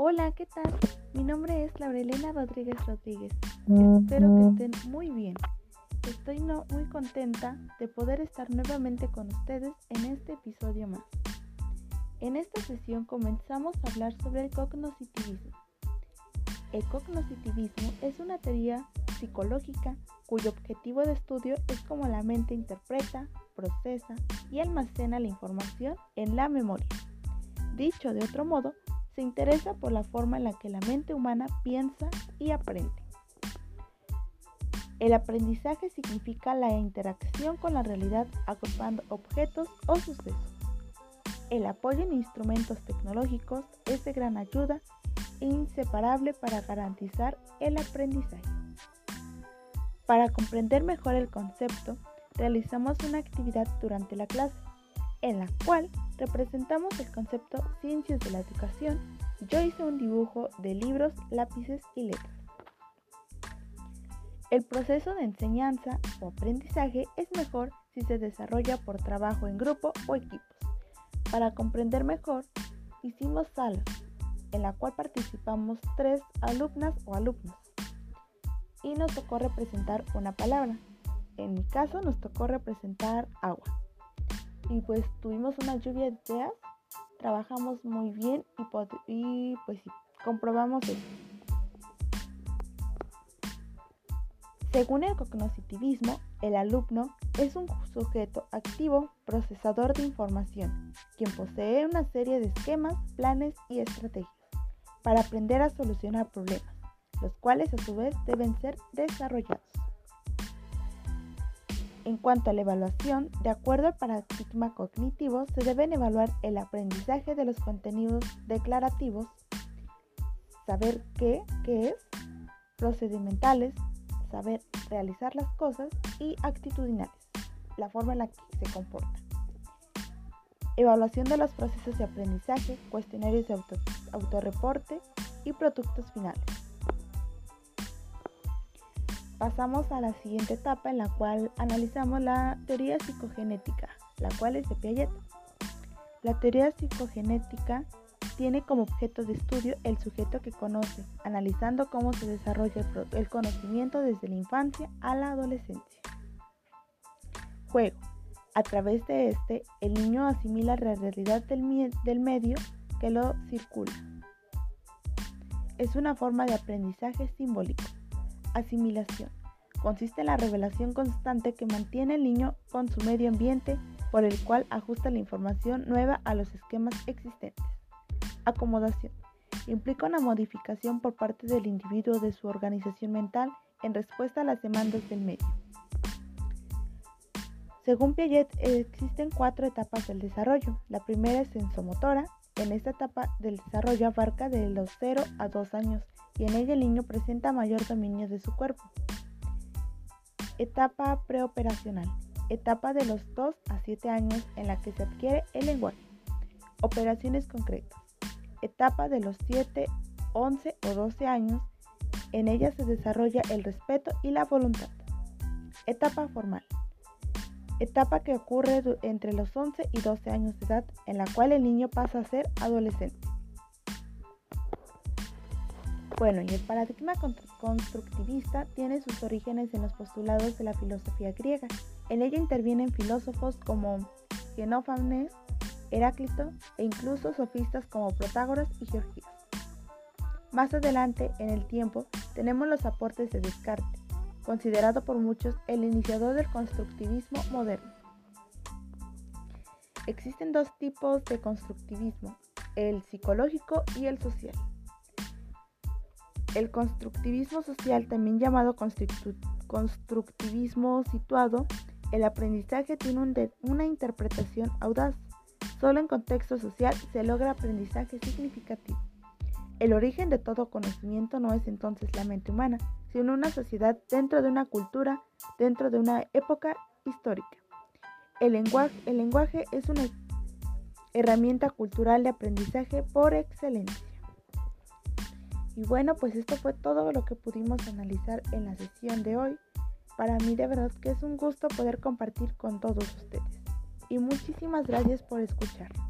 Hola, ¿qué tal? Mi nombre es Laurelena Rodríguez Rodríguez. Espero que estén muy bien. Estoy muy contenta de poder estar nuevamente con ustedes en este episodio más. En esta sesión comenzamos a hablar sobre el cognoscitivismo. El cognoscitivismo es una teoría psicológica cuyo objetivo de estudio es cómo la mente interpreta, procesa y almacena la información en la memoria. Dicho de otro modo, se interesa por la forma en la que la mente humana piensa y aprende. El aprendizaje significa la interacción con la realidad agrupando objetos o sucesos. El apoyo en instrumentos tecnológicos es de gran ayuda e inseparable para garantizar el aprendizaje. Para comprender mejor el concepto, realizamos una actividad durante la clase, en la cual representamos el concepto Ciencias de la Educación. Yo hice un dibujo de libros, lápices y letras. El proceso de enseñanza o aprendizaje es mejor si se desarrolla por trabajo en grupo o equipos. Para comprender mejor, hicimos sala, en la cual participamos 3 alumnas o alumnos. Y nos tocó representar una palabra. En mi caso nos tocó representar agua. Y pues tuvimos una lluvia de ideas, trabajamos muy bien y pues sí, comprobamos eso. Según el cognoscitivismo, el alumno es un sujeto activo, procesador de información, quien posee una serie de esquemas, planes y estrategias para aprender a solucionar problemas, los cuales a su vez deben ser desarrollados. En cuanto a la evaluación, de acuerdo al paradigma cognitivo, se deben evaluar el aprendizaje de los contenidos declarativos, saber qué es, procedimentales, saber realizar las cosas y actitudinales, la forma en la que se comporta. Evaluación de los procesos de aprendizaje, cuestionarios de autorreporte y productos finales. Pasamos a la siguiente etapa en la cual analizamos la teoría psicogenética, la cual es de Piaget. La teoría psicogenética tiene como objeto de estudio el sujeto que conoce, analizando cómo se desarrolla el conocimiento desde la infancia a la adolescencia. Juego. A través de este, el niño asimila la realidad del medio que lo circula. Es una forma de aprendizaje simbólico. Asimilación. Consiste en la revelación constante que mantiene el niño con su medio ambiente, por el cual ajusta la información nueva a los esquemas existentes. Acomodación. Implica una modificación por parte del individuo de su organización mental en respuesta a las demandas del medio. Según Piaget, existen 4 etapas del desarrollo. La primera es sensomotora. En esta etapa del desarrollo abarca de los 0 a 2 años y en ella el niño presenta mayor dominio de su cuerpo. Etapa preoperacional. Etapa de los 2 a 7 años en la que se adquiere el lenguaje. Operaciones concretas. Etapa de los 7, 11 o 12 años. En ella se desarrolla el respeto y la voluntad. Etapa formal. Etapa que ocurre entre los 11 y 12 años de edad, en la cual el niño pasa a ser adolescente. Bueno, y el paradigma constructivista tiene sus orígenes en los postulados de la filosofía griega. En ella intervienen filósofos como Xenófanes, Heráclito e incluso sofistas como Protágoras y Georgias. Más adelante, en el tiempo, tenemos los aportes de Descartes, considerado por muchos el iniciador del constructivismo moderno. Existen 2 tipos de constructivismo, el psicológico y el social. El constructivismo social, también llamado constructivismo situado, el aprendizaje tiene una interpretación audaz. Solo en contexto social se logra aprendizaje significativo. El origen de todo conocimiento no es entonces la mente humana, sino una sociedad dentro de una cultura, dentro de una época histórica. El lenguaje es una herramienta cultural de aprendizaje por excelencia. Y bueno, pues esto fue todo lo que pudimos analizar en la sesión de hoy. Para mí de verdad que es un gusto poder compartir con todos ustedes. Y muchísimas gracias por escuchar.